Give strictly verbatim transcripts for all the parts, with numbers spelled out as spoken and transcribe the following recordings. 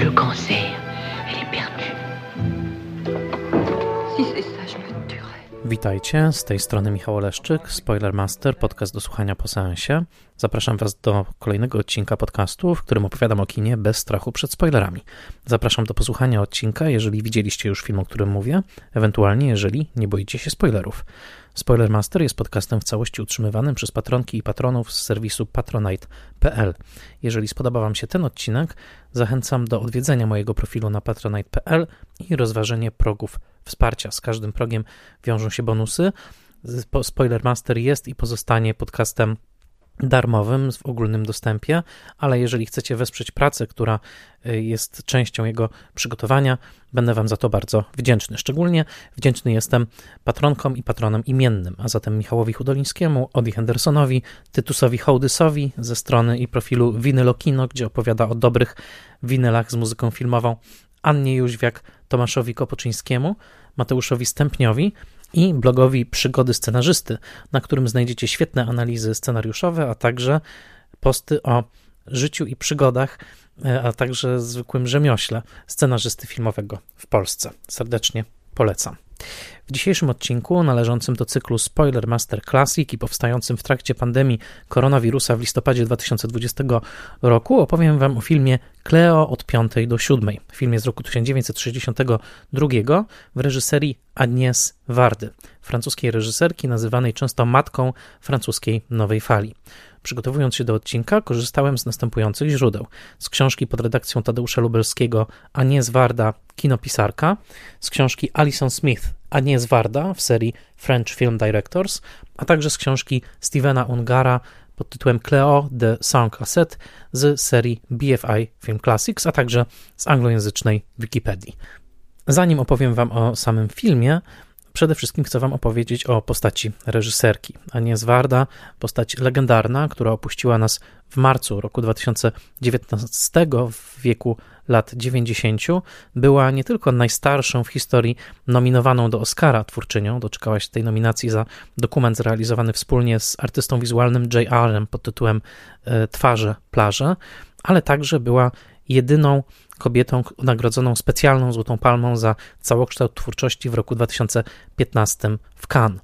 le cancer. Elle est perdue. Si c'est ça, je me tuerai. Witajcie, z tej strony Michał Oleszczyk, Spoilermaster, podcast do słuchania po seansie. Zapraszam Was do kolejnego odcinka podcastu, w którym opowiadam o kinie bez strachu przed spoilerami. Zapraszam do posłuchania odcinka, jeżeli widzieliście już film, o którym mówię, ewentualnie jeżeli nie boicie się spoilerów. Spoilermaster jest podcastem w całości utrzymywanym przez patronki i patronów z serwisu patronite kropka p l. Jeżeli spodoba Wam się ten odcinek, zachęcam do odwiedzenia mojego profilu na patronite kropka p l i rozważenie progów wsparcia. Z każdym progiem wiążą się bonusy. Spoilermaster jest i pozostanie podcastem darmowym w ogólnym dostępie, ale jeżeli chcecie wesprzeć pracę, która jest częścią jego przygotowania, będę Wam za to bardzo wdzięczny. Szczególnie wdzięczny jestem patronkom i patronom imiennym, a zatem Michałowi Hudolińskiemu, Odi Hendersonowi, Tytusowi Hołdysowi ze strony i profilu Winylokino, gdzie opowiada o dobrych winylach z muzyką filmową, Annie Jóźwiak, Tomaszowi Kopoczyńskiemu, Mateuszowi Stępniowi i blogowi Przygody Scenarzysty, na którym znajdziecie świetne analizy scenariuszowe, a także posty o życiu i przygodach, a także zwykłym rzemiośle scenarzysty filmowego w Polsce. Serdecznie polecam. W dzisiejszym odcinku, należącym do cyklu Spoilermaster Classic i powstającym w trakcie pandemii koronawirusa w listopadzie dwa tysiące dwudziestego roku, opowiem Wam o filmie Cleo od piątej do siódmej. Filmie z roku tysiąc dziewięćset sześćdziesiątego drugiego w reżyserii Agnès Vardy, francuskiej reżyserki nazywanej często matką francuskiej nowej fali. Przygotowując się do odcinka, korzystałem z następujących źródeł. Z książki pod redakcją Tadeusza Lubelskiego Agnès Varda, kinopisarka, z książki Alison Smith Agnès Varda w serii French Film Directors, a także z książki Stevena Ungara pod tytułem Cleo de cinq à sept z serii B F I Film Classics, a także z anglojęzycznej Wikipedii. Zanim opowiem Wam o samym filmie, przede wszystkim chcę Wam opowiedzieć o postaci reżyserki. Agnès Varda, postać legendarna, która opuściła nas w marcu roku dwa tysiące dziewiętnastego w wieku lat dziewięćdziesięciu, była nie tylko najstarszą w historii nominowaną do Oscara twórczynią, doczekała się tej nominacji za dokument zrealizowany wspólnie z artystą wizualnym J R-em pod tytułem Twarze, plaże, ale także była jedyną kobietą nagrodzoną specjalną Złotą Palmą za całokształt twórczości w roku dwa tysiące piętnastym w Cannes.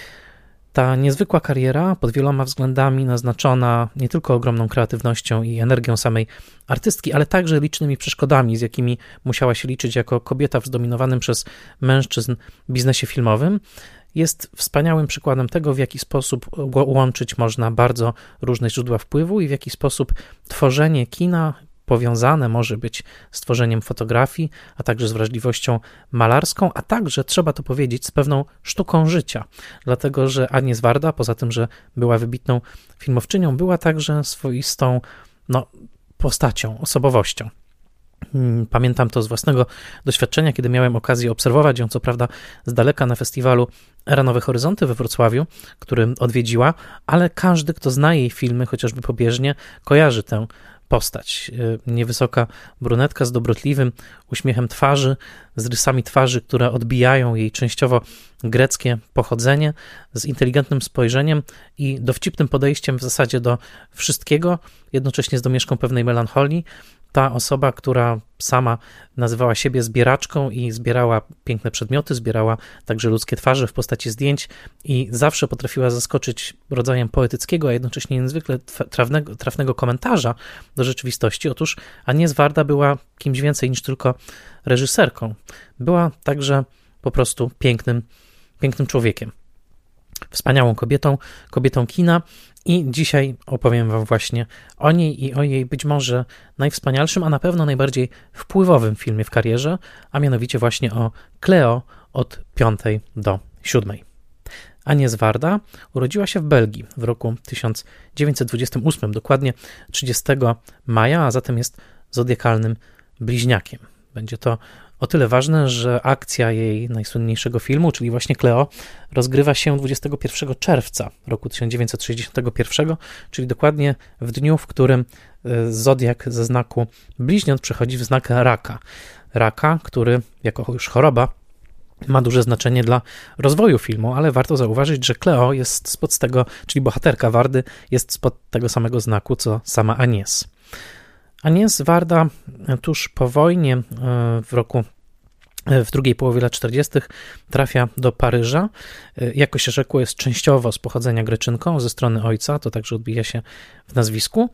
Ta niezwykła kariera, pod wieloma względami naznaczona nie tylko ogromną kreatywnością i energią samej artystki, ale także licznymi przeszkodami, z jakimi musiała się liczyć jako kobieta w zdominowanym przez mężczyzn biznesie filmowym, jest wspaniałym przykładem tego, w jaki sposób łączyć można bardzo różne źródła wpływu i w jaki sposób tworzenie kina powiązane może być z tworzeniem fotografii, a także z wrażliwością malarską, a także, trzeba to powiedzieć, z pewną sztuką życia. Dlatego, że Agnès Varda, poza tym, że była wybitną filmowczynią, była także swoistą no, postacią, osobowością. Pamiętam to z własnego doświadczenia, kiedy miałem okazję obserwować ją, co prawda z daleka na festiwalu Era Nowe Horyzonty we Wrocławiu, który odwiedziła, ale każdy, kto zna jej filmy, chociażby pobieżnie, kojarzy tę postać. Niewysoka brunetka z dobrotliwym uśmiechem twarzy, z rysami twarzy, które odbijają jej częściowo greckie pochodzenie, z inteligentnym spojrzeniem i dowcipnym podejściem w zasadzie do wszystkiego, jednocześnie z domieszką pewnej melancholii. Ta osoba, która sama nazywała siebie zbieraczką i zbierała piękne przedmioty, zbierała także ludzkie twarze w postaci zdjęć i zawsze potrafiła zaskoczyć rodzajem poetyckiego, a jednocześnie niezwykle trafnego, trafnego komentarza do rzeczywistości. Otóż Agnès Varda była kimś więcej niż tylko reżyserką. Była także po prostu pięknym, pięknym człowiekiem. Wspaniałą kobietą, kobietą kina i dzisiaj opowiem Wam właśnie o niej i o jej być może najwspanialszym, a na pewno najbardziej wpływowym filmie w karierze, a mianowicie właśnie o Cleo od piątej do siódmej. Agnès Varda urodziła się w Belgii w roku tysiąc dziewięćset dwudziestym ósmym, dokładnie trzydziestego maja, a zatem jest zodiakalnym bliźniakiem. Będzie to o tyle ważne, że akcja jej najsłynniejszego filmu, czyli właśnie Cleo, rozgrywa się dwudziestego pierwszego czerwca roku tysiąc dziewięćset sześćdziesiątego pierwszego, czyli dokładnie w dniu, w którym zodiak ze znaku bliźniąt przechodzi w znak raka. Raka, który jako już choroba ma duże znaczenie dla rozwoju filmu, ale warto zauważyć, że Cleo jest spod tego, czyli bohaterka Vardy, jest spod tego samego znaku, co sama Agnès. Agnieszka Varda tuż po wojnie w roku w drugiej połowie lat czterdziestych trafia do Paryża. Jako się rzekło, jest częściowo z pochodzenia Greczynką ze strony ojca, to także odbija się w nazwisku.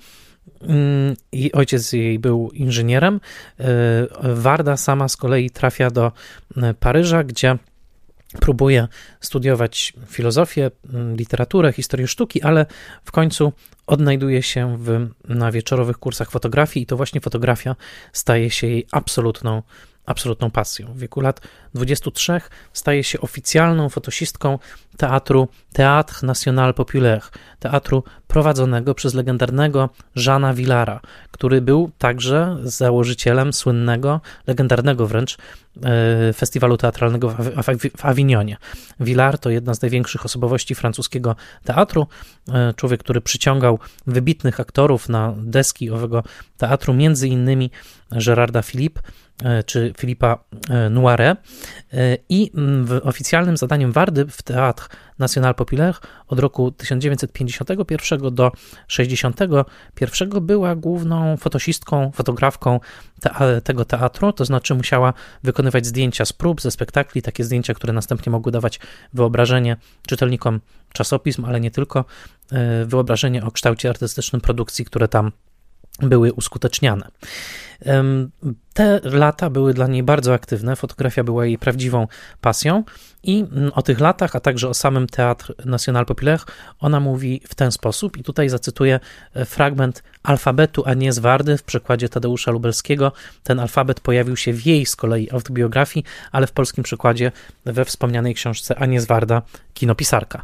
I ojciec jej był inżynierem. Varda sama z kolei trafia do Paryża, gdzie próbuje studiować filozofię, literaturę, historię sztuki, ale w końcu odnajduje się w, na wieczorowych kursach fotografii i to właśnie fotografia staje się jej absolutną absolutną pasją. W wieku lat dwudziestu trzech staje się oficjalną fotosistką teatru Théâtre National Populaire, teatru prowadzonego przez legendarnego Jeana Villara, który był także założycielem słynnego, legendarnego wręcz festiwalu teatralnego w Awinionie. Villard to jedna z największych osobowości francuskiego teatru, człowiek, który przyciągał wybitnych aktorów na deski owego teatru, między innymi Gérarda Philippe czy Philippa Noiret, i oficjalnym zadaniem Vardy w Théâtre National Populaire od roku tysiąc dziewięćset pięćdziesiątego pierwszego do sześćdziesiątego pierwszego była główną fotosistką, fotografką te, tego teatru, to znaczy musiała wykonywać zdjęcia z prób, ze spektakli, takie zdjęcia, które następnie mogły dawać wyobrażenie czytelnikom czasopism, ale nie tylko, wyobrażenie o kształcie artystycznym produkcji, które tam były uskuteczniane. Te lata były dla niej bardzo aktywne, fotografia była jej prawdziwą pasją i o tych latach, a także o samym Théâtre National Populaire ona mówi w ten sposób i tutaj zacytuję fragment alfabetu Agnieszki Vardy w przekładzie Tadeusza Lubelskiego. Ten alfabet pojawił się w jej z kolei autobiografii, ale w polskim przekładzie we wspomnianej książce Agnieszka Varda, kinopisarka.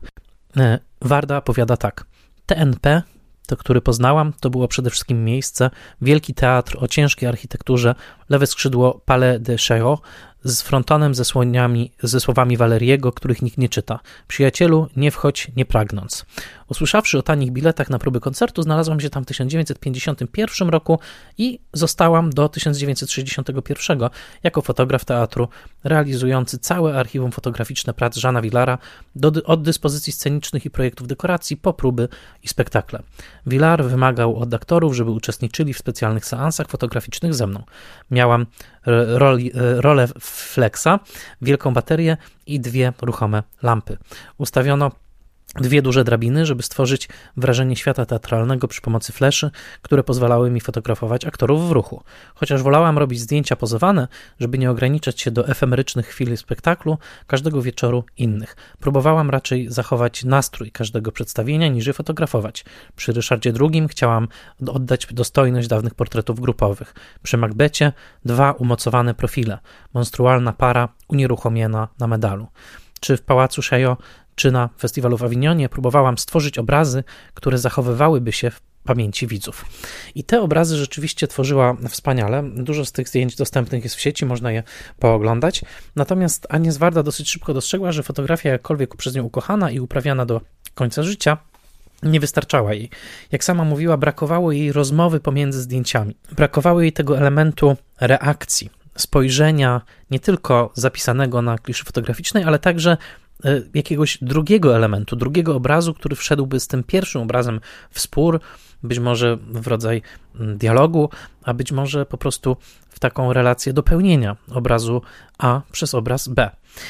Varda powiada tak: T N P, to, który poznałam, to było przede wszystkim miejsce, wielki teatr o ciężkiej architekturze, lewe skrzydło Palais de Chaillot z frontonem ze, słoniami, ze słowami Waleriego, których nikt nie czyta. Przyjacielu, nie wchodź, nie pragnąc. Usłyszawszy o tanich biletach na próby koncertu, znalazłam się tam w tysiąc dziewięćset pięćdziesiątym pierwszym roku i zostałam do tysiąc dziewięćset sześćdziesiątego pierwszego jako fotograf teatru, realizujący całe archiwum fotograficzne prac Jeana Villara do, od dyspozycji scenicznych i projektów dekoracji po próby i spektakle. Villar wymagał od aktorów, żeby uczestniczyli w specjalnych seansach fotograficznych ze mną. Miałam roli, rolę flexa, wielką baterię i dwie ruchome lampy. Ustawiono dwie duże drabiny, żeby stworzyć wrażenie świata teatralnego przy pomocy fleszy, które pozwalały mi fotografować aktorów w ruchu. Chociaż wolałam robić zdjęcia pozowane, żeby nie ograniczać się do efemerycznych chwil spektaklu, każdego wieczoru innych. Próbowałam raczej zachować nastrój każdego przedstawienia, niż je fotografować. Przy Ryszardzie drugim chciałam oddać dostojność dawnych portretów grupowych. Przy Macbecie dwa umocowane profile, monstrualna para unieruchomiona na medalu. Czy w Pałacu Chaillot, czy na festiwalu w Awinionie próbowałam stworzyć obrazy, które zachowywałyby się w pamięci widzów. I te obrazy rzeczywiście tworzyła wspaniale. Dużo z tych zdjęć dostępnych jest w sieci, można je pooglądać. Natomiast Agnieszka Varda dosyć szybko dostrzegła, że fotografia, jakkolwiek przez nią ukochana i uprawiana do końca życia, nie wystarczała jej. Jak sama mówiła, brakowało jej rozmowy pomiędzy zdjęciami. Brakowało jej tego elementu reakcji, spojrzenia nie tylko zapisanego na kliszy fotograficznej, ale także jakiegoś drugiego elementu, drugiego obrazu, który wszedłby z tym pierwszym obrazem w spór, być może w rodzaj dialogu, a być może po prostu w taką relację dopełnienia obrazu A przez obraz B.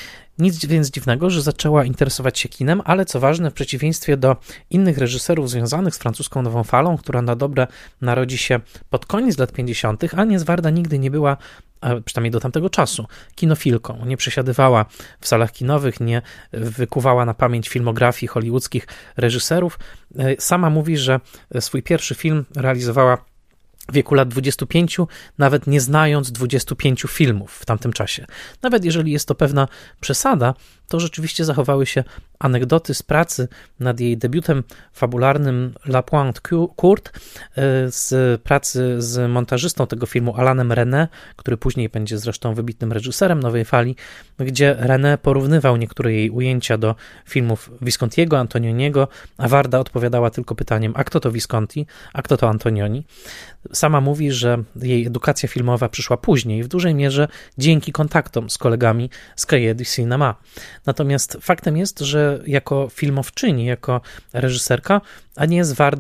Nic więc dziwnego, że zaczęła interesować się kinem, ale co ważne, w przeciwieństwie do innych reżyserów związanych z francuską nową falą, która na dobre narodzi się pod koniec lat pięćdziesiątych, Agnieszka Varda nigdy nie była, przynajmniej do tamtego czasu, kinofilką. Nie przesiadywała w salach kinowych, nie wykuwała na pamięć filmografii hollywoodzkich reżyserów. Sama mówi, że swój pierwszy film realizowała w wieku lat dwudziestu pięciu, nawet nie znając dwudziestu pięciu filmów w tamtym czasie. Nawet jeżeli jest to pewna przesada, to rzeczywiście zachowały się anegdoty z pracy nad jej debiutem fabularnym La Pointe Courte, z pracy z montażystą tego filmu Alanem René, który później będzie zresztą wybitnym reżyserem Nowej Fali, gdzie René porównywał niektóre jej ujęcia do filmów Viscontiego, Antonioniego, a Varda odpowiadała tylko pytaniem, a kto to Visconti, a kto to Antonioni. Sama mówi, że jej edukacja filmowa przyszła później, w dużej mierze dzięki kontaktom z kolegami z Cahiers du Cinéma. Natomiast faktem jest, że jako filmowczyni, jako reżyserka Agnieszka Varda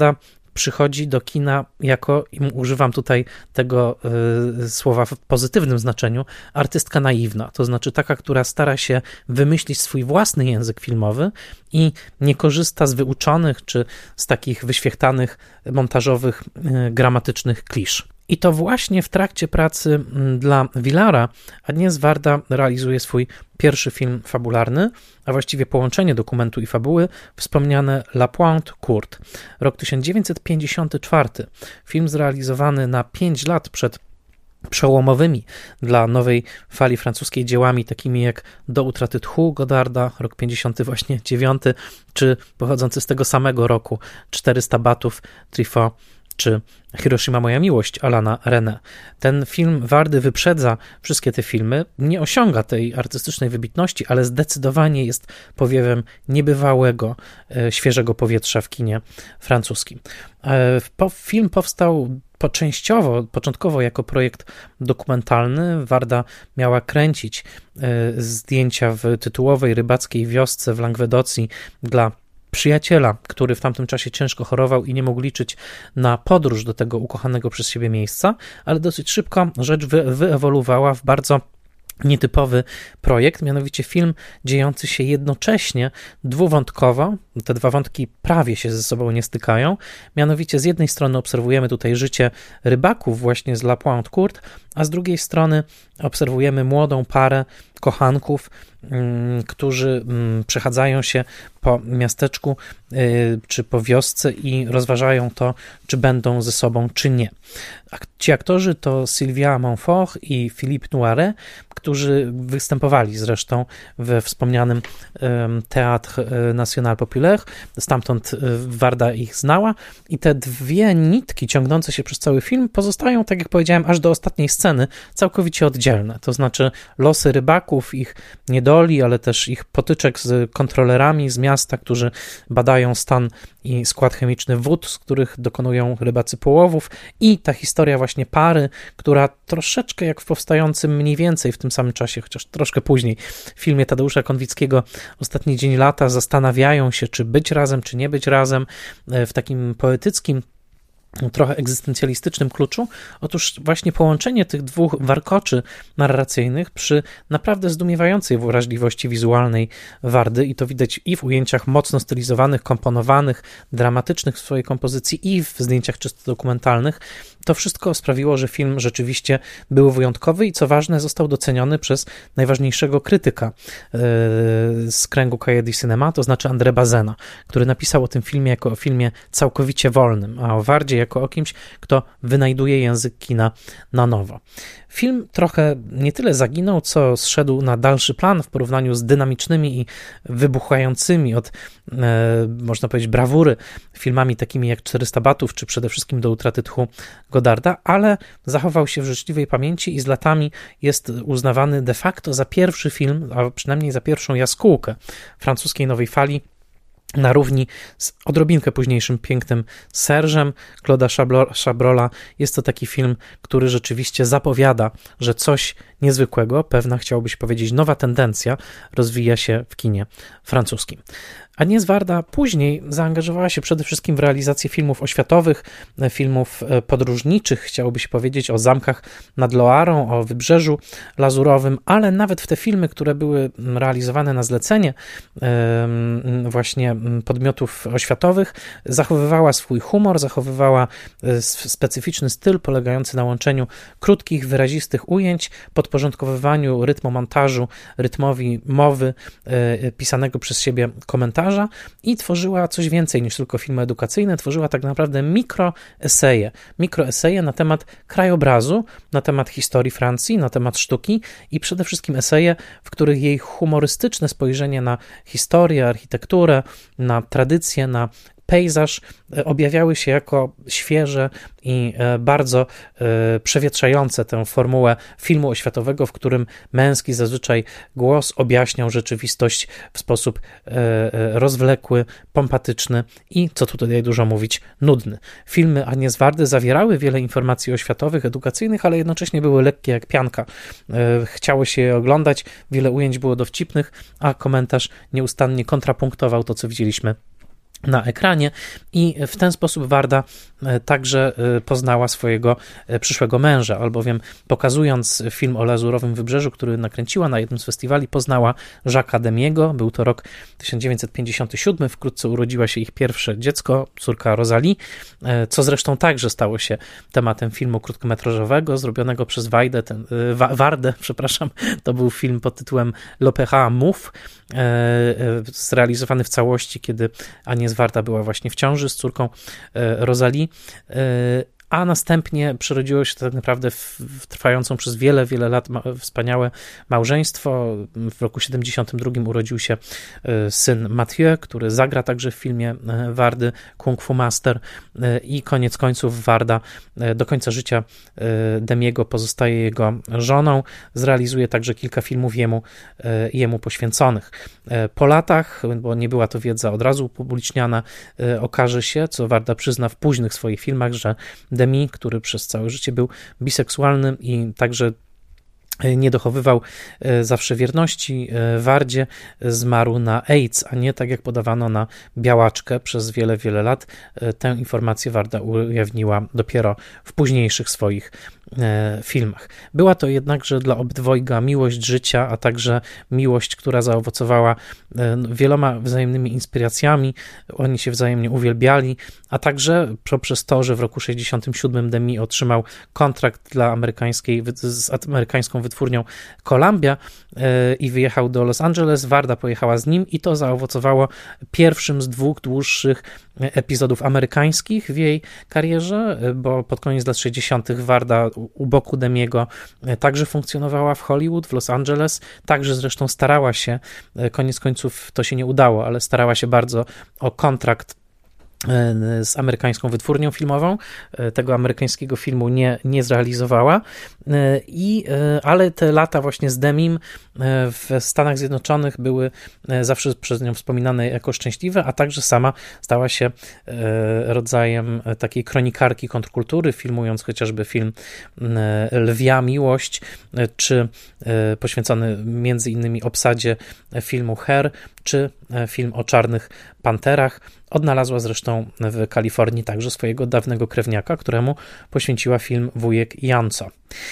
przychodzi do kina jako, i używam tutaj tego y, słowa w pozytywnym znaczeniu, artystka naiwna, to znaczy taka, która stara się wymyślić swój własny język filmowy i nie korzysta z wyuczonych czy z takich wyświechtanych montażowych, y, gramatycznych klisz. I to właśnie w trakcie pracy dla Villara Agnès Varda realizuje swój pierwszy film fabularny, a właściwie połączenie dokumentu i fabuły, wspomniane La Pointe Courte. Rok tysiąc dziewięćset pięćdziesiąty czwarty. Film zrealizowany na pięć lat przed przełomowymi dla nowej fali francuskiej dziełami takimi jak Do utraty tchu Godarda, rok pięćdziesiąty właśnie dziewiąty, czy pochodzący z tego samego roku czterysta batów Truffaut, czy Hiroshima moja miłość Alana René. Ten film Vardy wyprzedza wszystkie te filmy, nie osiąga tej artystycznej wybitności, ale zdecydowanie jest powiewem niebywałego, e, świeżego powietrza w kinie francuskim. E, po, film powstał po, częściowo, początkowo jako projekt dokumentalny. Varda miała kręcić e, zdjęcia w tytułowej rybackiej wiosce w Langwedocji dla przyjaciela, który w tamtym czasie ciężko chorował i nie mógł liczyć na podróż do tego ukochanego przez siebie miejsca, ale dosyć szybko rzecz wy, wyewoluowała w bardzo nietypowy projekt, mianowicie film dziejący się jednocześnie dwuwątkowo. Te dwa wątki prawie się ze sobą nie stykają. Mianowicie z jednej strony obserwujemy tutaj życie rybaków właśnie z La Pointe Courte, a z drugiej strony obserwujemy młodą parę kochanków, którzy przechadzają się po miasteczku czy po wiosce i rozważają to, czy będą ze sobą, czy nie. Ci aktorzy to Sylvia Montfort i Philippe Noiret, którzy występowali zresztą we wspomnianym Théâtre National Populaire, stamtąd Varda ich znała i te dwie nitki ciągnące się przez cały film pozostają, tak jak powiedziałem, aż do ostatniej sceny całkowicie oddzielne, to znaczy losy rybaków, ich niedoli, ale też ich potyczek z kontrolerami z miasta, którzy badają stan i skład chemiczny wód, z których dokonują rybacy połowów, i ta historia właśnie pary, która troszeczkę jak w powstającym mniej więcej w tym samym czasie, chociaż troszkę później, w filmie Tadeusza Konwickiego Ostatni dzień lata zastanawiają się, czy być razem, czy nie być razem, w takim poetyckim, trochę egzystencjalistycznym kluczu. Otóż właśnie połączenie tych dwóch warkoczy narracyjnych przy naprawdę zdumiewającej wrażliwości wizualnej Vardy, i to widać i w ujęciach mocno stylizowanych, komponowanych, dramatycznych w swojej kompozycji, i w zdjęciach czysto dokumentalnych, to wszystko sprawiło, że film rzeczywiście był wyjątkowy i co ważne, został doceniony przez najważniejszego krytyka z kręgu Cahiers du Cinéma, to znaczy André Bazena, który napisał o tym filmie jako o filmie całkowicie wolnym, a o Vardzie jako o kimś, kto wynajduje język kina na nowo. Film trochę nie tyle zaginął, co zszedł na dalszy plan w porównaniu z dynamicznymi i wybuchającymi od, e, można powiedzieć, brawury filmami takimi jak czterysta batów, czy przede wszystkim Do utraty tchu Godarda, ale zachował się w życzliwej pamięci i z latami jest uznawany de facto za pierwszy film, a przynajmniej za pierwszą jaskółkę francuskiej nowej fali, na równi z odrobinkę późniejszym pięknym Serge'em Claude'a Chabrola. Jest to taki film, który rzeczywiście zapowiada, że coś niezwykłego, pewna, chciałoby się powiedzieć, nowa tendencja rozwija się w kinie francuskim. Agnès Varda później zaangażowała się przede wszystkim w realizację filmów oświatowych, filmów podróżniczych, chciałoby się powiedzieć o zamkach nad Loarą, o Wybrzeżu Lazurowym, ale nawet w te filmy, które były realizowane na zlecenie właśnie podmiotów oświatowych, zachowywała swój humor, zachowywała specyficzny styl polegający na łączeniu krótkich, wyrazistych ujęć, podporządkowywaniu rytmu montażu, rytmowi mowy, pisanego przez siebie komentarza, i tworzyła coś więcej niż tylko filmy edukacyjne, tworzyła tak naprawdę mikroeseje, mikroeseje na temat krajobrazu, na temat historii Francji, na temat sztuki i przede wszystkim eseje, w których jej humorystyczne spojrzenie na historię, architekturę, na tradycję, na pejzaż objawiały się jako świeże i bardzo przewietrzające tę formułę filmu oświatowego, w którym męski zazwyczaj głos objaśniał rzeczywistość w sposób rozwlekły, pompatyczny i, co tutaj dużo mówić, nudny. Filmy Agnès Vardy zawierały wiele informacji oświatowych, edukacyjnych, ale jednocześnie były lekkie jak pianka. Chciało się je oglądać, wiele ujęć było dowcipnych, a komentarz nieustannie kontrapunktował to, co widzieliśmy na ekranie i w ten sposób Warda także poznała swojego przyszłego męża, albowiem pokazując film o Lazurowym Wybrzeżu, który nakręciła na jednym z festiwali, poznała Jacques'a Demiego. Był to rok tysiąc dziewięćset pięćdziesiąty siódmy, wkrótce urodziła się ich pierwsze dziecko, córka Rosalie, co zresztą także stało się tematem filmu krótkometrażowego zrobionego przez Wajdę, ten, Wardę, przepraszam, to był film pod tytułem L'Opéra Move, zrealizowany w całości, kiedy Agnieszka Warda była właśnie w ciąży z córką Rosalie, a następnie przerodziło się to tak naprawdę w, w trwającą przez wiele, wiele lat ma, wspaniałe małżeństwo. W roku siedemdziesiątym drugim urodził się syn Mathieu, który zagra także w filmie Wardy Kung Fu Master i koniec końców Warda do końca życia Demiego pozostaje jego żoną. Zrealizuje także kilka filmów jemu, jemu poświęconych. Po latach, bo nie była to wiedza od razu upubliczniana, okaże się, co Warda przyzna w późnych swoich filmach, że Demi, który przez całe życie był biseksualny i także nie dochowywał zawsze wierności Wardzie, zmarł na AIDS, a nie tak jak podawano na białaczkę przez wiele, wiele lat. Tę informację Warda ujawniła dopiero w późniejszych swoich filmach. Była to jednakże dla obydwojga miłość życia, a także miłość, która zaowocowała wieloma wzajemnymi inspiracjami. Oni się wzajemnie uwielbiali, a także poprzez to, że w roku sześćdziesiątym siódmym Demi otrzymał kontrakt dla amerykańskiej, z amerykańską wytwórnią Columbia i wyjechał do Los Angeles. Warda pojechała z nim i to zaowocowało pierwszym z dwóch dłuższych epizodów amerykańskich w jej karierze, bo pod koniec lat sześćdziesiątych Warda u boku Demiego także funkcjonowała w Hollywood, w Los Angeles, także zresztą starała się, koniec końców to się nie udało, ale starała się bardzo o kontrakt z amerykańską wytwórnią filmową. Tego amerykańskiego filmu nie, nie zrealizowała, I, ale te lata właśnie z Demim w Stanach Zjednoczonych były zawsze przez nią wspominane jako szczęśliwe, a także sama stała się rodzajem takiej kronikarki kontrkultury, filmując chociażby film Lwia Miłość, czy poświęcony między innymi obsadzie filmu Her, czy film o Czarnych Panterach. Odnalazła zresztą w Kalifornii także swojego dawnego krewniaka, któremu poświęciła film Wujek Janco.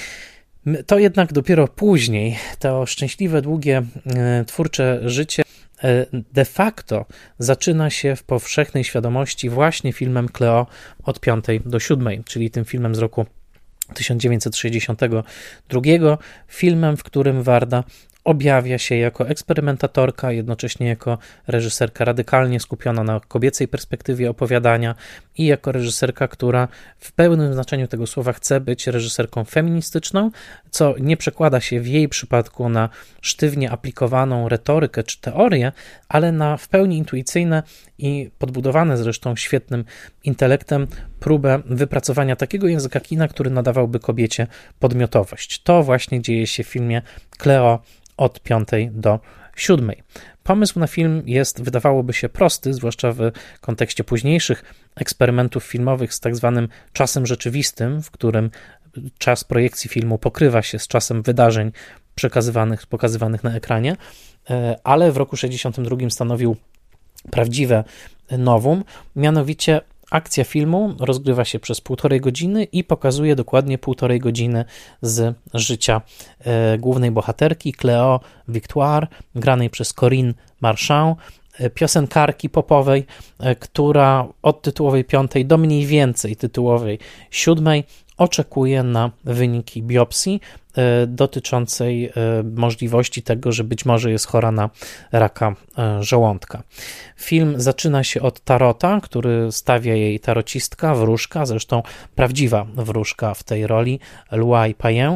To jednak dopiero później, to szczęśliwe, długie, twórcze życie de facto zaczyna się w powszechnej świadomości właśnie filmem Cleo od piątej do siódmej, czyli tym filmem z roku tysiąc dziewięćset sześćdziesiątego drugiego, filmem, w którym Warda objawia się jako eksperymentatorka, jednocześnie jako reżyserka radykalnie skupiona na kobiecej perspektywie opowiadania i jako reżyserka, która w pełnym znaczeniu tego słowa chce być reżyserką feministyczną, co nie przekłada się w jej przypadku na sztywnie aplikowaną retorykę czy teorię, ale na w pełni intuicyjne i podbudowane zresztą świetnym intelektem próbę wypracowania takiego języka kina, który nadawałby kobiecie podmiotowość. To właśnie dzieje się w filmie Cleo od piątej do siódmej. Pomysł na film jest, wydawałoby się, prosty, zwłaszcza w kontekście późniejszych eksperymentów filmowych z tak zwanym czasem rzeczywistym, w którym czas projekcji filmu pokrywa się z czasem wydarzeń przekazywanych, pokazywanych na ekranie, ale w roku sześćdziesiątym drugim stanowił prawdziwe novum, mianowicie akcja filmu rozgrywa się przez półtorej godziny i pokazuje dokładnie półtorej godziny z życia e, głównej bohaterki Cleo Victoire, granej przez Corinne Marchand, e, piosenkarki popowej, e, która od tytułowej piątej do mniej więcej tytułowej siódmej oczekuje na wyniki biopsji e, dotyczącej e, możliwości tego, że być może jest chora na raka e, żołądka. Film zaczyna się od tarota, który stawia jej tarocistka, wróżka, zresztą prawdziwa wróżka w tej roli, Luai Payen.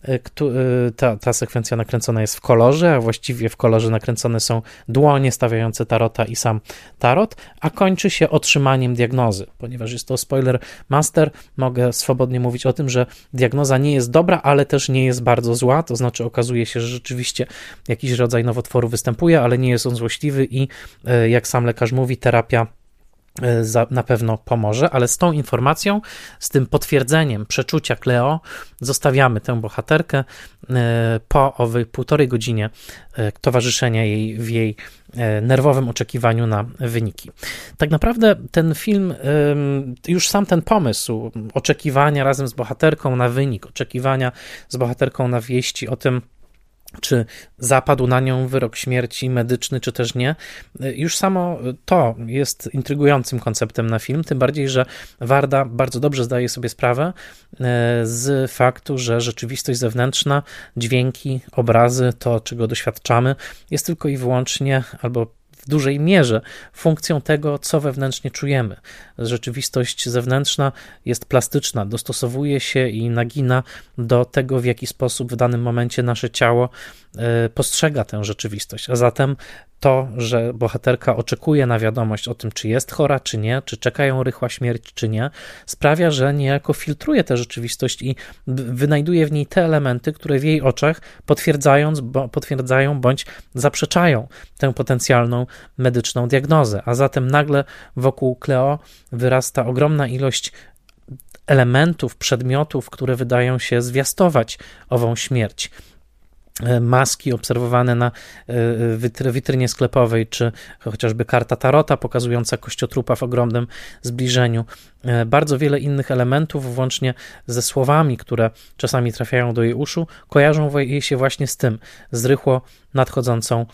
Ta, ta sekwencja nakręcona jest w kolorze, a właściwie w kolorze nakręcone są dłonie stawiające tarota i sam tarot, a kończy się otrzymaniem diagnozy. Ponieważ jest to spoiler master, mogę swobodnie mówić o tym, że diagnoza nie jest dobra, ale też nie jest bardzo zła, to znaczy okazuje się, że rzeczywiście jakiś rodzaj nowotworu występuje, ale nie jest on złośliwy i jak sam lekarz mówi, terapia na pewno pomoże, ale z tą informacją, z tym potwierdzeniem przeczucia Cleo zostawiamy tę bohaterkę po owej półtorej godzinie towarzyszenia jej w jej nerwowym oczekiwaniu na wyniki. Tak naprawdę ten film, już sam ten pomysł oczekiwania razem z bohaterką na wynik, oczekiwania z bohaterką na wieści o tym, czy zapadł na nią wyrok śmierci medyczny, czy też nie. Już samo to jest intrygującym konceptem na film, tym bardziej, że Warda bardzo dobrze zdaje sobie sprawę z faktu, że rzeczywistość zewnętrzna, dźwięki, obrazy, to czego doświadczamy, jest tylko i wyłącznie, albo w dużej mierze funkcją tego, co wewnętrznie czujemy. Rzeczywistość zewnętrzna jest plastyczna, dostosowuje się i nagina do tego, w jaki sposób w danym momencie nasze ciało postrzega tę rzeczywistość. A zatem to, że bohaterka oczekuje na wiadomość o tym, czy jest chora, czy nie, czy czeka ją rychła śmierć, czy nie, sprawia, że niejako filtruje tę rzeczywistość i wynajduje w niej te elementy, które w jej oczach potwierdzając, bo, potwierdzają bądź zaprzeczają tę potencjalną medyczną diagnozę. A zatem nagle wokół Cleo wyrasta ogromna ilość elementów, przedmiotów, które wydają się zwiastować ową śmierć. Maski obserwowane na witrynie sklepowej, czy chociażby karta tarota pokazująca kościotrupa w ogromnym zbliżeniu. Bardzo wiele innych elementów, włącznie ze słowami, które czasami trafiają do jej uszu, kojarzą jej się właśnie z tym, z rychło nadchodzącą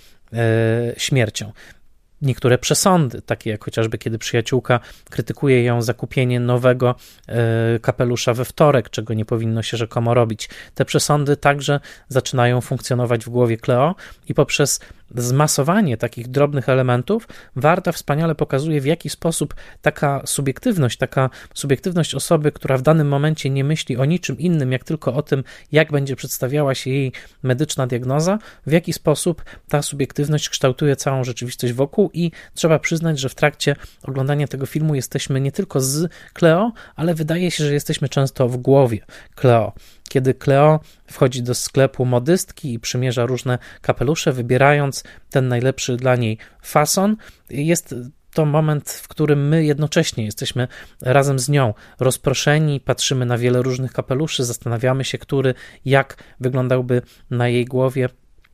śmiercią. Niektóre przesądy, takie jak chociażby kiedy przyjaciółka krytykuje ją za kupienie nowego y, kapelusza we wtorek, czego nie powinno się rzekomo robić. Te przesądy także zaczynają funkcjonować w głowie Cleo i poprzez zmasowanie takich drobnych elementów Warda wspaniale pokazuje, w jaki sposób taka subiektywność, taka subiektywność osoby, która w danym momencie nie myśli o niczym innym, jak tylko o tym, jak będzie przedstawiała się jej medyczna diagnoza, w jaki sposób ta subiektywność kształtuje całą rzeczywistość wokół i trzeba przyznać, że w trakcie oglądania tego filmu jesteśmy nie tylko z Cleo, ale wydaje się, że jesteśmy często w głowie Cleo. Kiedy Cleo wchodzi do sklepu modystki i przymierza różne kapelusze, wybierając ten najlepszy dla niej fason, jest to moment, w którym my jednocześnie jesteśmy razem z nią rozproszeni, patrzymy na wiele różnych kapeluszy, zastanawiamy się, który jak wyglądałby na jej głowie.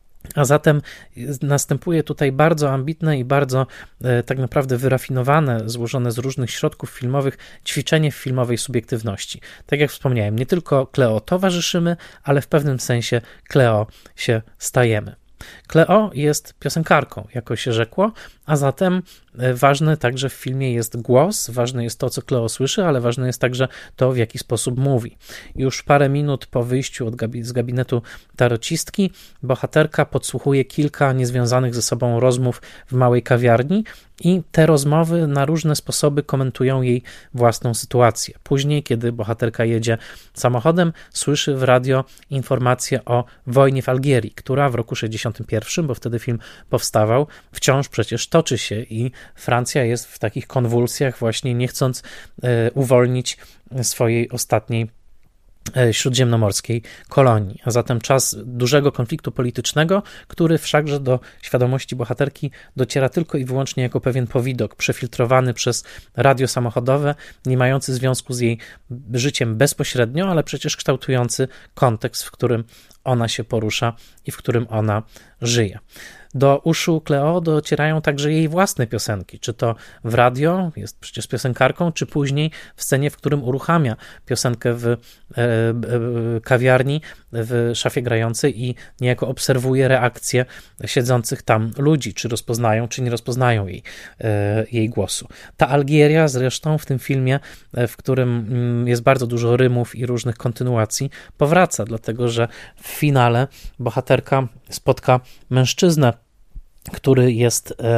A zatem następuje tutaj bardzo ambitne i bardzo e, tak naprawdę wyrafinowane, złożone z różnych środków filmowych ćwiczenie w filmowej subiektywności. Tak jak wspomniałem, nie tylko Cleo towarzyszymy, ale w pewnym sensie Cleo się stajemy. Cleo jest piosenkarką, jako się rzekło, a zatem ważny także w filmie jest głos, ważne jest to, co Cleo słyszy, ale ważne jest także to, w jaki sposób mówi. Już parę minut po wyjściu od gabi- z gabinetu tarocistki bohaterka podsłuchuje kilka niezwiązanych ze sobą rozmów w małej kawiarni i te rozmowy na różne sposoby komentują jej własną sytuację. Później, kiedy bohaterka jedzie samochodem, słyszy w radio informację o wojnie w Algierii, która w roku sześćdziesiątym pierwszym, bo wtedy film powstawał, wciąż przecież toczy się i Francja jest w takich konwulsjach właśnie nie chcąc e, uwolnić swojej ostatniej śródziemnomorskiej kolonii. A zatem czas dużego konfliktu politycznego, który wszakże do świadomości bohaterki dociera tylko i wyłącznie jako pewien powidok, przefiltrowany przez radio samochodowe, nie mający związku z jej życiem bezpośrednio, ale przecież kształtujący kontekst, w którym ona się porusza i w którym ona żyje. Do uszu Cleo docierają także jej własne piosenki, czy to w radio, jest przecież piosenkarką, czy później w scenie, w którym uruchamia piosenkę w e, e, kawiarni, w szafie grającej i niejako obserwuje reakcje siedzących tam ludzi, czy rozpoznają, czy nie rozpoznają jej, e, jej głosu. Ta Algieria zresztą w tym filmie, w którym jest bardzo dużo rymów i różnych kontynuacji, powraca, dlatego że w finale bohaterka spotka mężczyznę, który jest e,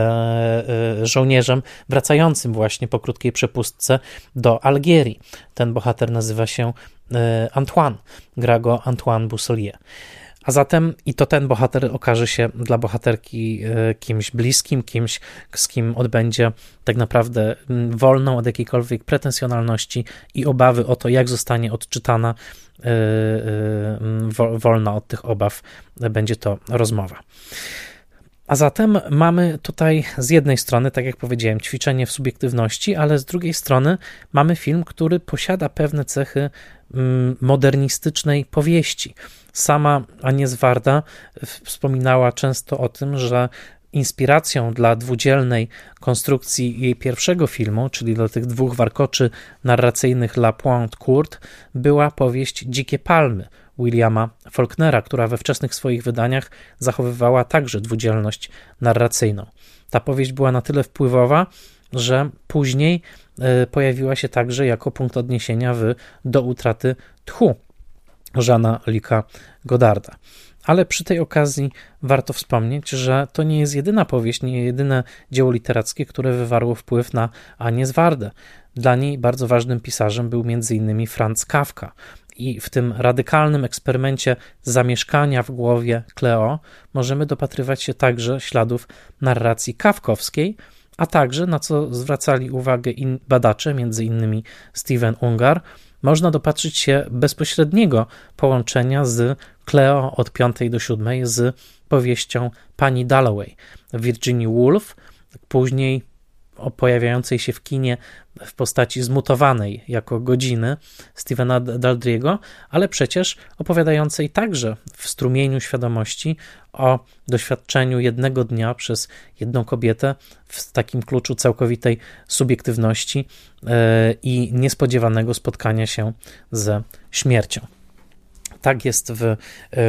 e, żołnierzem wracającym właśnie po krótkiej przepustce do Algierii. Ten bohater nazywa się e, Antoine, gra go Antoine Bussolier. A zatem i to ten bohater okaże się dla bohaterki e, kimś bliskim, kimś, z kim odbędzie tak naprawdę wolną od jakiejkolwiek pretensjonalności i obawy o to, jak zostanie odczytana, e, e, wolna od tych obaw będzie to rozmowa. A zatem mamy tutaj z jednej strony, tak jak powiedziałem, ćwiczenie w subiektywności, ale z drugiej strony mamy film, który posiada pewne cechy modernistycznej powieści. Sama Agnieszka Varda wspominała często o tym, że inspiracją dla dwudzielnej konstrukcji jej pierwszego filmu, czyli dla tych dwóch warkoczy narracyjnych La Pointe Courte, była powieść Dzikie Palmy Williama Faulknera, która we wczesnych swoich wydaniach zachowywała także dwudzielność narracyjną. Ta powieść była na tyle wpływowa, że później pojawiła się także jako punkt odniesienia w Do utraty tchu Jeana Luca Goddarda. Ale przy tej okazji warto wspomnieć, że to nie jest jedyna powieść, nie jedyne dzieło literackie, które wywarło wpływ na Agnieszkę Vardę. Dla niej bardzo ważnym pisarzem był między innymi Franz Kafka. I w tym radykalnym eksperymencie zamieszkania w głowie Cleo możemy dopatrywać się także śladów narracji kafkowskiej, a także, na co zwracali uwagę in, badacze, między innymi Steven Ungar, można dopatrzyć się bezpośredniego połączenia z Cleo od piątej do siódmej z powieścią pani Dalloway, Virginia Woolf, później pojawiającej się w kinie w postaci zmutowanej jako Godziny Stephena Daldry'ego, ale przecież opowiadającej także w strumieniu świadomości o doświadczeniu jednego dnia przez jedną kobietę w takim kluczu całkowitej subiektywności yy, i niespodziewanego spotkania się ze śmiercią. Tak jest w,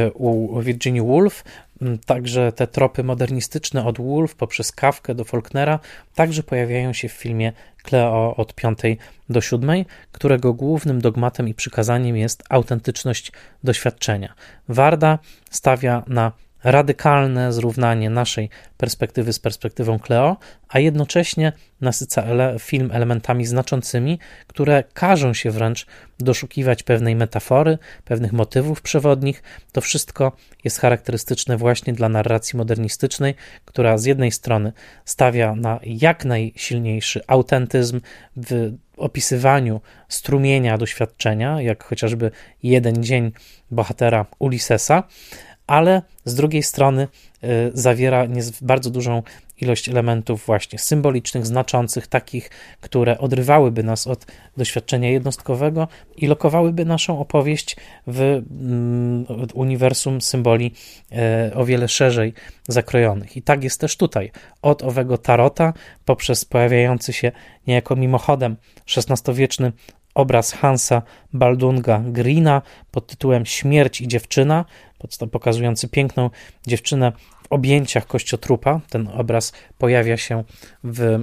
u Virginia Woolf, także te tropy modernistyczne od Woolf poprzez Kafkę do Faulknera także pojawiają się w filmie Cleo od piątej do siódmej, którego głównym dogmatem i przykazaniem jest autentyczność doświadczenia. Varda stawia na radykalne zrównanie naszej perspektywy z perspektywą Cleo, a jednocześnie nasyca ele- film elementami znaczącymi, które każą się wręcz doszukiwać pewnej metafory, pewnych motywów przewodnich. To wszystko jest charakterystyczne właśnie dla narracji modernistycznej, która z jednej strony stawia na jak najsilniejszy autentyzm w opisywaniu strumienia doświadczenia, jak chociażby jeden dzień bohatera Ulyssesa, ale z drugiej strony y, zawiera niez- bardzo dużą ilość elementów właśnie symbolicznych, znaczących, takich, które odrywałyby nas od doświadczenia jednostkowego i lokowałyby naszą opowieść w mm, uniwersum symboli y, o wiele szerzej zakrojonych. I tak jest też tutaj. Od owego tarota, poprzez pojawiający się niejako mimochodem szesnastowieczny obraz Hansa Baldunga Greena pod tytułem Śmierć i dziewczyna, pokazujący piękną dziewczynę w objęciach kościotrupa. Ten obraz pojawia się w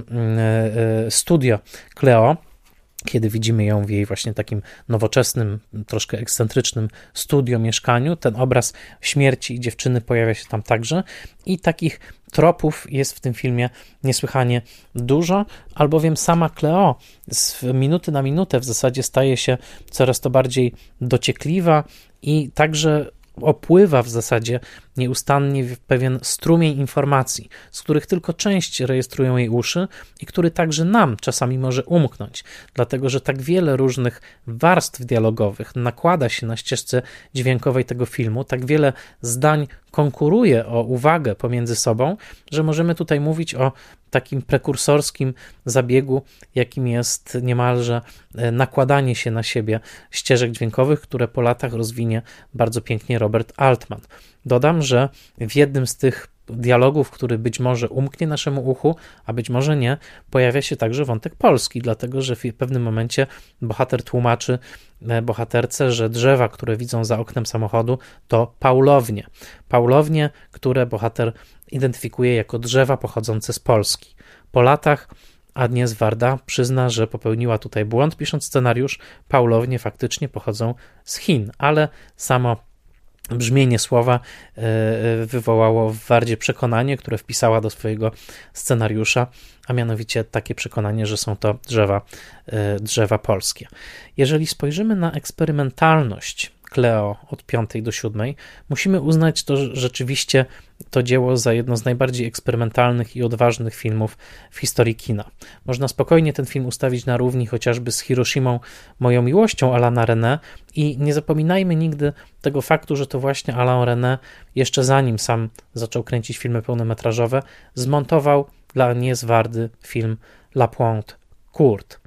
studio Cleo, kiedy widzimy ją w jej właśnie takim nowoczesnym, troszkę ekscentrycznym studio, mieszkaniu. Ten obraz śmierci i dziewczyny pojawia się tam także i takich tropów jest w tym filmie niesłychanie dużo, albowiem sama Cleo z minuty na minutę w zasadzie staje się coraz to bardziej dociekliwa i także opływa w zasadzie nieustannie w pewien strumień informacji, z których tylko część rejestrują jej uszy i który także nam czasami może umknąć, dlatego że tak wiele różnych warstw dialogowych nakłada się na ścieżce dźwiękowej tego filmu, tak wiele zdań konkuruje o uwagę pomiędzy sobą, że możemy tutaj mówić o takim prekursorskim zabiegu, jakim jest niemalże nakładanie się na siebie ścieżek dźwiękowych, które po latach rozwinie bardzo pięknie Robert Altman. Dodam, że w jednym z tych dialogów, który być może umknie naszemu uchu, a być może nie, pojawia się także wątek polski, dlatego że w pewnym momencie bohater tłumaczy bohaterce, że drzewa, które widzą za oknem samochodu, to paulownie. Paulownie, które bohater identyfikuje jako drzewa pochodzące z Polski. Po latach Agnieszka Varda przyzna, że popełniła tutaj błąd, pisząc scenariusz. Paulownie faktycznie pochodzą z Chin, ale samo brzmienie słowa wywołało w Vardzie przekonanie, które wpisała do swojego scenariusza, a mianowicie takie przekonanie, że są to drzewa, drzewa polskie. Jeżeli spojrzymy na eksperymentalność Cleo od piątej do siódmej, musimy uznać to że rzeczywiście to dzieło za jedno z najbardziej eksperymentalnych i odważnych filmów w historii kina. Można spokojnie ten film ustawić na równi chociażby z Hiroshimą, moją miłością Alana René i nie zapominajmy nigdy tego faktu, że to właśnie Alain René, jeszcze zanim sam zaczął kręcić filmy pełnometrażowe, zmontował dla Agnès Vardy film La Pointe Courte.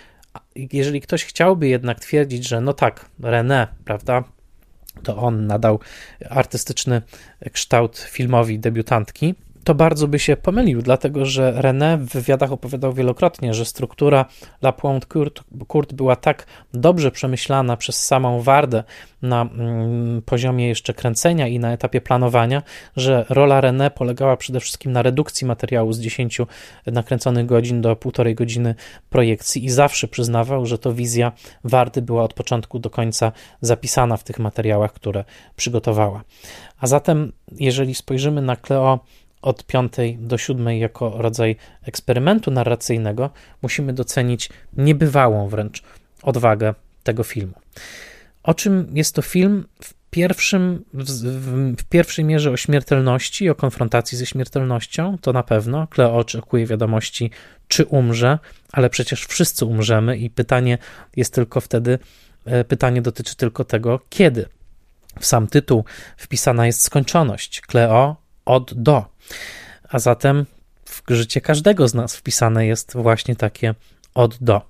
Jeżeli ktoś chciałby jednak twierdzić, że no tak, René, prawda, to on nadał artystyczny kształt filmowi debiutantki, to bardzo by się pomylił, dlatego że René w wywiadach opowiadał wielokrotnie, że struktura La Pointe Courte była tak dobrze przemyślana przez samą Vardę na mm, poziomie jeszcze kręcenia i na etapie planowania, że rola René polegała przede wszystkim na redukcji materiału z dziesięciu nakręconych godzin do półtorej godziny projekcji i zawsze przyznawał, że to wizja Vardy była od początku do końca zapisana w tych materiałach, które przygotowała. A zatem, jeżeli spojrzymy na Cleo od piątej do siódmej jako rodzaj eksperymentu narracyjnego, musimy docenić niebywałą wręcz odwagę tego filmu. O czym jest to film? W, pierwszym, w, w, w pierwszej mierze o śmiertelności, o konfrontacji ze śmiertelnością, to na pewno. Cleo oczekuje wiadomości, czy umrze, ale przecież wszyscy umrzemy i pytanie jest tylko wtedy, pytanie dotyczy tylko tego, kiedy. W sam tytuł wpisana jest skończoność. Cleo od do. A zatem w życie każdego z nas wpisane jest właśnie takie od do.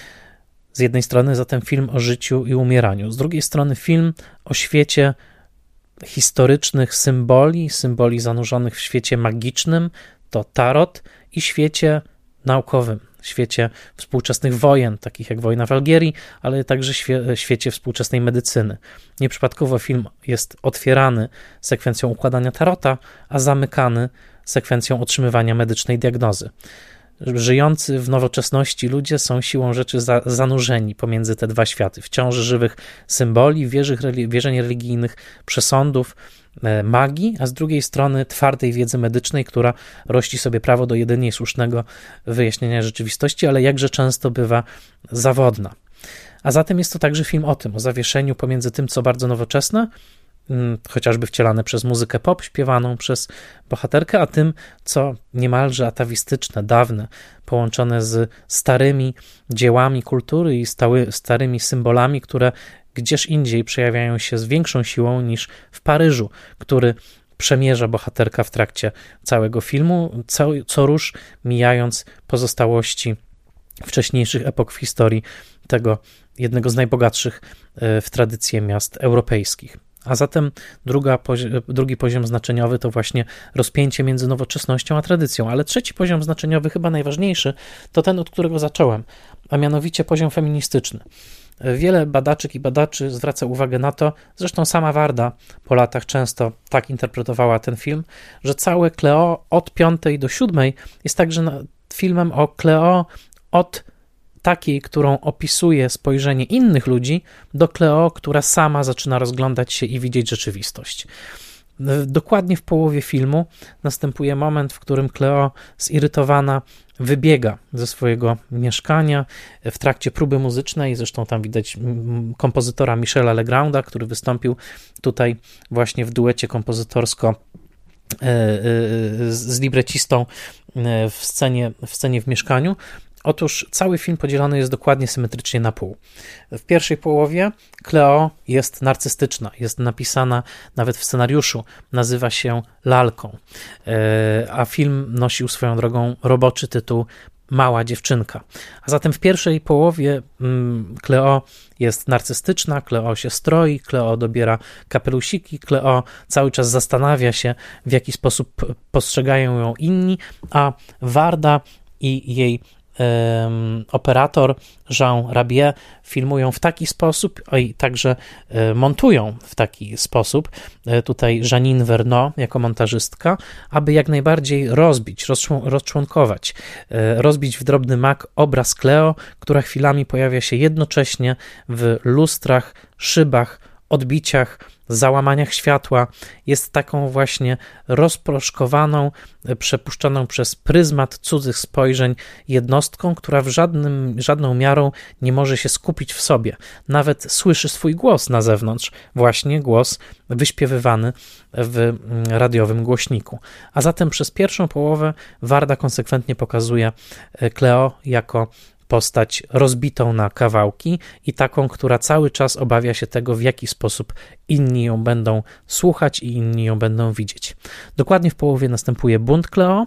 Z jednej strony zatem film o życiu i umieraniu, z drugiej strony film o świecie historycznych symboli, symboli zanurzonych w świecie magicznym, to tarot, i świecie naukowym, świecie współczesnych wojen, takich jak wojna w Algierii, ale także świe- świecie współczesnej medycyny. Nieprzypadkowo film jest otwierany sekwencją układania tarota, a zamykany sekwencją otrzymywania medycznej diagnozy. Żyjący w nowoczesności ludzie są siłą rzeczy za, zanurzeni pomiędzy te dwa światy, wciąż żywych symboli, wierzy, wierzeń religijnych, przesądów, magii, a z drugiej strony twardej wiedzy medycznej, która rości sobie prawo do jedynie słusznego wyjaśnienia rzeczywistości, ale jakże często bywa zawodna. A zatem jest to także film o tym, o zawieszeniu pomiędzy tym, co bardzo nowoczesne, chociażby wcielane przez muzykę pop śpiewaną przez bohaterkę, a tym, co niemalże atawistyczne, dawne, połączone z starymi dziełami kultury i stały, starymi symbolami, które gdzież indziej przejawiają się z większą siłą niż w Paryżu, który przemierza bohaterka w trakcie całego filmu, co, co rusz mijając pozostałości wcześniejszych epok w historii tego jednego z najbogatszych w tradycję miast europejskich. A zatem druga, drugi poziom znaczeniowy to właśnie rozpięcie między nowoczesnością a tradycją, ale trzeci poziom znaczeniowy, chyba najważniejszy, to ten, od którego zacząłem, a mianowicie poziom feministyczny. Wiele badaczek i badaczy zwraca uwagę na to, zresztą sama Varda po latach często tak interpretowała ten film, że całe Cleo od piątej do siódmej jest także filmem o Cleo od takiej, którą opisuje spojrzenie innych ludzi, do Cleo, która sama zaczyna rozglądać się i widzieć rzeczywistość. Dokładnie w połowie filmu następuje moment, w którym Cleo zirytowana wybiega ze swojego mieszkania w trakcie próby muzycznej, zresztą tam widać kompozytora Michela Legranda, który wystąpił tutaj właśnie w duecie kompozytorsko z librecistą w scenie, w scenie w mieszkaniu. Otóż cały film podzielony jest dokładnie symetrycznie na pół. W pierwszej połowie Cleo jest narcystyczna, jest napisana nawet w scenariuszu, nazywa się Lalką, a film nosił swoją drogą roboczy tytuł Mała dziewczynka. A zatem w pierwszej połowie Cleo jest narcystyczna, Cleo się stroi, Cleo dobiera kapelusiki, Cleo cały czas zastanawia się, w jaki sposób postrzegają ją inni, a Varda i jej operator Jean Rabier filmują w taki sposób i także montują w taki sposób, tutaj Janine Verneau jako montażystka, aby jak najbardziej rozbić, rozczłonkować, rozbić w drobny mak obraz Cleo, która chwilami pojawia się jednocześnie w lustrach, szybach, odbiciach załamaniach światła, jest taką właśnie rozproszkowaną, przepuszczoną przez pryzmat cudzych spojrzeń jednostką, która w żadnym, żadną miarą nie może się skupić w sobie. Nawet słyszy swój głos na zewnątrz, właśnie głos wyśpiewywany w radiowym głośniku. A zatem przez pierwszą połowę Warda konsekwentnie pokazuje Cleo jako postać rozbitą na kawałki i taką, która cały czas obawia się tego, w jaki sposób inni ją będą słuchać i inni ją będą widzieć. Dokładnie w połowie następuje bunt Cleo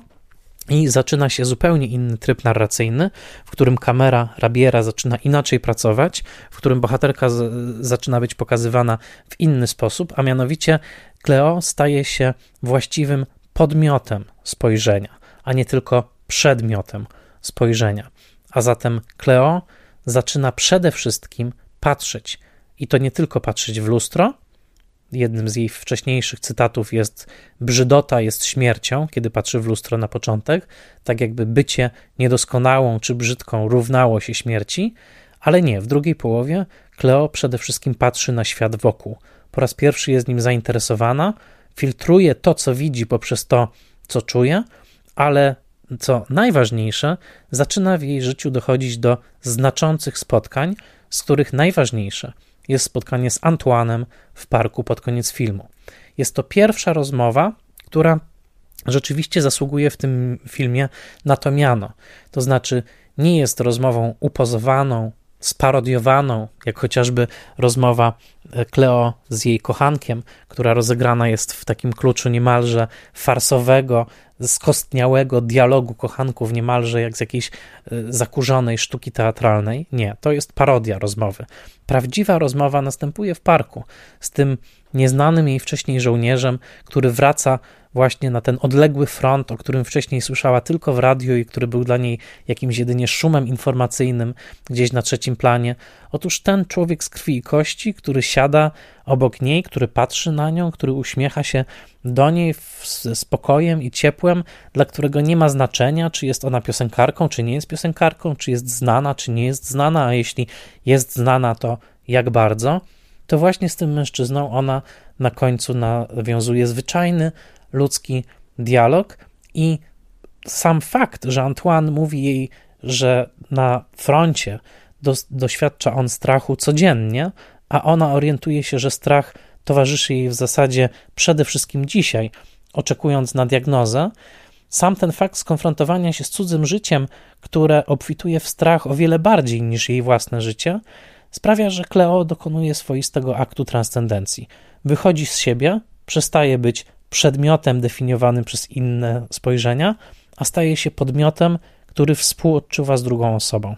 i zaczyna się zupełnie inny tryb narracyjny, w którym kamera Rabiera zaczyna inaczej pracować, w którym bohaterka z, zaczyna być pokazywana w inny sposób, a mianowicie Cleo staje się właściwym podmiotem spojrzenia, a nie tylko przedmiotem spojrzenia. A zatem Cleo zaczyna przede wszystkim patrzeć i to nie tylko patrzeć w lustro. Jednym z jej wcześniejszych cytatów jest: brzydota jest śmiercią, kiedy patrzy w lustro na początek, tak jakby bycie niedoskonałą czy brzydką równało się śmierci, ale nie, w drugiej połowie Cleo przede wszystkim patrzy na świat wokół. Po raz pierwszy jest nim zainteresowana, filtruje to, co widzi poprzez to, co czuje, ale co najważniejsze, zaczyna w jej życiu dochodzić do znaczących spotkań, z których najważniejsze jest spotkanie z Antoine'em w parku pod koniec filmu. Jest to pierwsza rozmowa, która rzeczywiście zasługuje w tym filmie na to miano. To znaczy nie jest rozmową upozowaną, sparodiowaną, jak chociażby rozmowa Cleo z jej kochankiem, która rozegrana jest w takim kluczu niemalże farsowego, skostniałego dialogu kochanków, niemalże jak z jakiejś zakurzonej sztuki teatralnej. Nie, to jest parodia rozmowy. Prawdziwa rozmowa następuje w parku z tym nieznanym jej wcześniej żołnierzem, który wraca właśnie na ten odległy front, o którym wcześniej słyszała tylko w radiu i który był dla niej jakimś jedynie szumem informacyjnym gdzieś na trzecim planie. Otóż ten człowiek z krwi i kości, który siada obok niej, który patrzy na nią, który uśmiecha się do niej z spokojem i ciepłem, dla którego nie ma znaczenia, czy jest ona piosenkarką, czy nie jest piosenkarką, czy jest znana, czy nie jest znana, a jeśli jest znana, to jak bardzo, to właśnie z tym mężczyzną ona na końcu nawiązuje zwyczajny, ludzki dialog i sam fakt, że Antoine mówi jej, że na froncie dos- doświadcza on strachu codziennie, a ona orientuje się, że strach towarzyszy jej w zasadzie przede wszystkim dzisiaj, oczekując na diagnozę, sam ten fakt skonfrontowania się z cudzym życiem, które obfituje w strach o wiele bardziej niż jej własne życie, sprawia, że Cleo dokonuje swoistego aktu transcendencji. Wychodzi z siebie, przestaje być przedmiotem definiowanym przez inne spojrzenia, a staje się podmiotem, który współodczuwa z drugą osobą.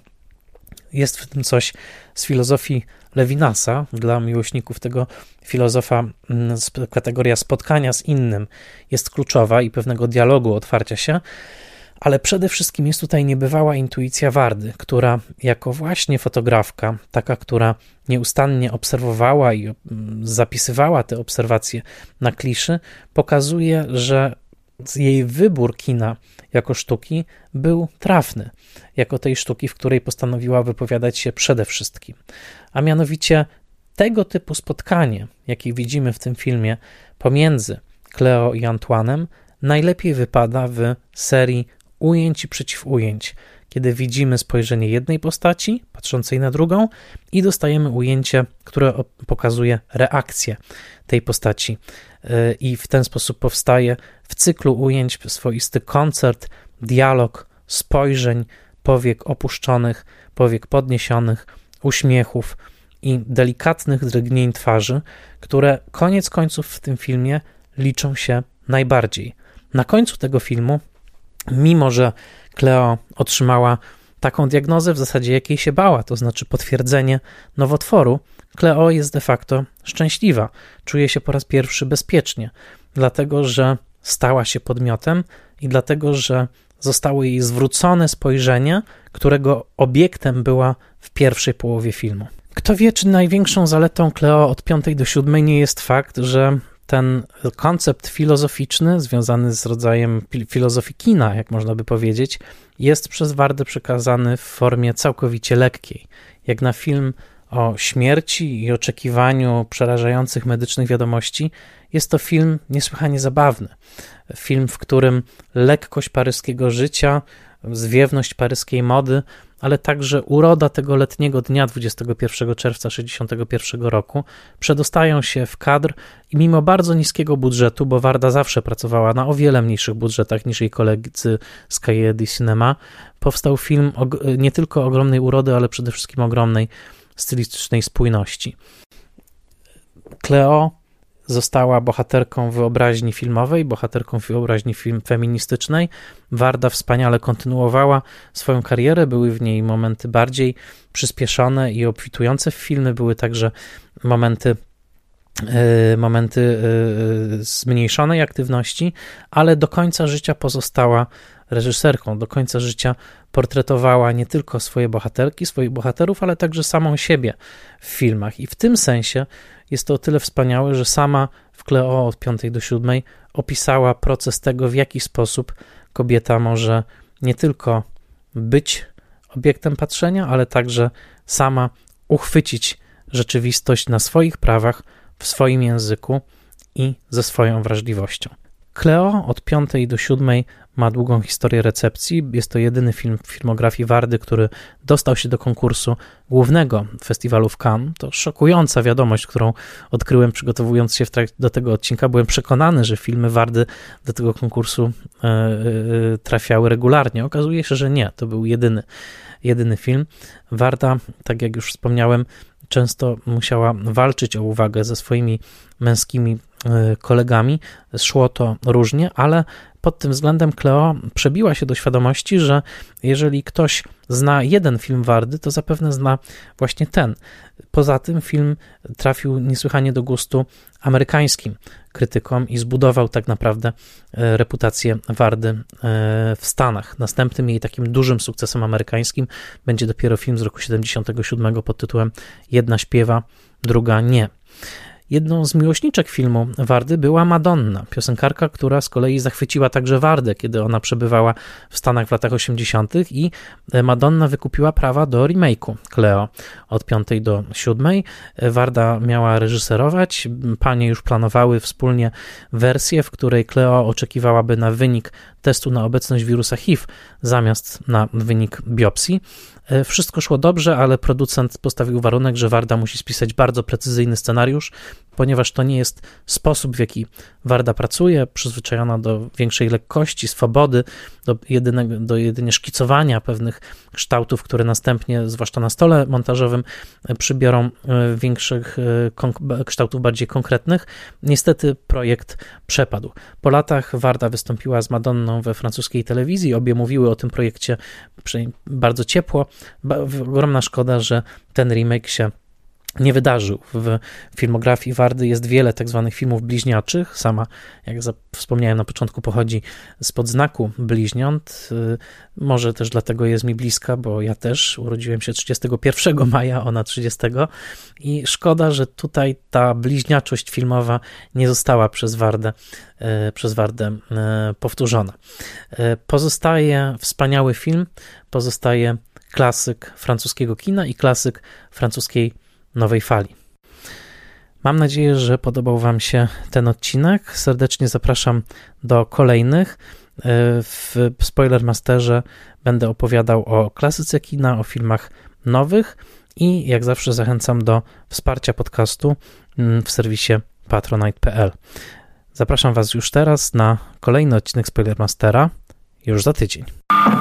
Jest w tym coś z filozofii Levinasa. Dla miłośników tego filozofa kategoria spotkania z innym jest kluczowa i pewnego dialogu, otwarcia się, ale przede wszystkim jest tutaj niebywała intuicja Wardy, która jako właśnie fotografka, taka, która nieustannie obserwowała i zapisywała te obserwacje na kliszy, pokazuje, że jej wybór kina jako sztuki był trafny, jako tej sztuki, w której postanowiła wypowiadać się przede wszystkim. A mianowicie tego typu spotkanie, jakie widzimy w tym filmie pomiędzy Cleo i Antoine'em, najlepiej wypada w serii ujęć i przeciwujęć, kiedy widzimy spojrzenie jednej postaci patrzącej na drugą i dostajemy ujęcie, które pokazuje reakcję tej postaci i w ten sposób powstaje w cyklu ujęć swoisty koncert, dialog, spojrzeń, powiek opuszczonych, powiek podniesionych, uśmiechów i delikatnych drgnień twarzy, które koniec końców w tym filmie liczą się najbardziej. Na końcu tego filmu, mimo że Cleo otrzymała taką diagnozę w zasadzie jakiej się bała, to znaczy potwierdzenie nowotworu, Cleo jest de facto szczęśliwa, czuje się po raz pierwszy bezpiecznie, dlatego że stała się podmiotem i dlatego, że zostało jej zwrócone spojrzenie, którego obiektem była w pierwszej połowie filmu. Kto wie, czy największą zaletą Cleo od piątej do siódmej nie jest fakt, że ten koncept filozoficzny związany z rodzajem filozofii kina, jak można by powiedzieć, jest przez Wardę przekazany w formie całkowicie lekkiej, jak na film o śmierci i oczekiwaniu przerażających medycznych wiadomości, jest to film niesłychanie zabawny. Film, w którym lekkość paryskiego życia, zwiewność paryskiej mody, ale także uroda tego letniego dnia dwudziestego pierwszego czerwca tysiąc dziewięćset sześćdziesiątego pierwszego roku przedostają się w kadr i mimo bardzo niskiego budżetu, bo Warda zawsze pracowała na o wiele mniejszych budżetach niż jej koledzy z Cahiers du Cinéma, powstał film nie tylko ogromnej urody, ale przede wszystkim ogromnej stylistycznej spójności. Cleo została bohaterką wyobraźni filmowej, bohaterką wyobraźni film feministycznej. Warda wspaniale kontynuowała swoją karierę, były w niej momenty bardziej przyspieszone i obfitujące w filmy, były także momenty Yy, momenty yy, zmniejszonej aktywności, ale do końca życia pozostała reżyserką, do końca życia portretowała nie tylko swoje bohaterki, swoich bohaterów, ale także samą siebie w filmach i w tym sensie jest to o tyle wspaniałe, że sama w Cleo od piątej do siódmej opisała proces tego, w jaki sposób kobieta może nie tylko być obiektem patrzenia, ale także sama uchwycić rzeczywistość na swoich prawach, w swoim języku i ze swoją wrażliwością. Cleo od piątej do siódmej ma długą historię recepcji. Jest to jedyny film w filmografii Wardy, który dostał się do konkursu głównego festiwalu w Cannes. To szokująca wiadomość, którą odkryłem przygotowując się w trak- do tego odcinka. Byłem przekonany, że filmy Wardy do tego konkursu yy, yy, trafiały regularnie. Okazuje się, że nie. To był jedyny, jedyny film. Warda, tak jak już wspomniałem, często musiała walczyć o uwagę ze swoimi męskimi kolegami. Szło to różnie, ale pod tym względem Cleo przebiła się do świadomości, że jeżeli ktoś zna jeden film Wardy, to zapewne zna właśnie ten. Poza tym film trafił niesłychanie do gustu amerykańskim krytykom i zbudował tak naprawdę reputację Wardy w Stanach. Następnym jej takim dużym sukcesem amerykańskim będzie dopiero film z roku siedemdziesiątego siódmego pod tytułem Jedna śpiewa, druga nie. Jedną z miłośniczek filmu Wardy była Madonna, piosenkarka, która z kolei zachwyciła także Wardę, kiedy ona przebywała w Stanach w latach osiemdziesiątych i Madonna wykupiła prawa do remake'u Cleo od piątej do siódmej. Warda miała reżyserować, panie już planowały wspólnie wersję, w której Cleo oczekiwałaby na wynik testu na obecność wirusa H I V zamiast na wynik biopsji. Wszystko szło dobrze, ale producent postawił warunek, że Warda musi spisać bardzo precyzyjny scenariusz, ponieważ to nie jest sposób, w jaki Warda pracuje, przyzwyczajona do większej lekkości, swobody, do, jedynego, do jedynie szkicowania pewnych kształtów, które następnie, zwłaszcza na stole montażowym, przybiorą większych kształtów bardziej konkretnych. Niestety projekt przepadł. Po latach Warda wystąpiła z Madonną we francuskiej telewizji, obie mówiły o tym projekcie bardzo ciepło. Ogromna szkoda, że ten remake się nie wydarzył. W filmografii Wardy jest wiele tak zwanych filmów bliźniaczych. Sama, jak wspomniałem na początku, pochodzi spod znaku bliźniąt. Może też dlatego jest mi bliska, bo ja też urodziłem się trzydziestego pierwszego maja, ona trzydziestego i szkoda, że tutaj ta bliźniaczość filmowa nie została przez Wardę, przez Wardę powtórzona. Pozostaje wspaniały film, pozostaje klasyk francuskiego kina i klasyk francuskiej nowej fali. Mam nadzieję, że podobał Wam się ten odcinek. Serdecznie zapraszam do kolejnych. W Spoilermasterze będę opowiadał o klasyce kina, o filmach nowych i jak zawsze zachęcam do wsparcia podcastu w serwisie patronite kropka p l. Zapraszam Was już teraz na kolejny odcinek Spoilermastera już za tydzień.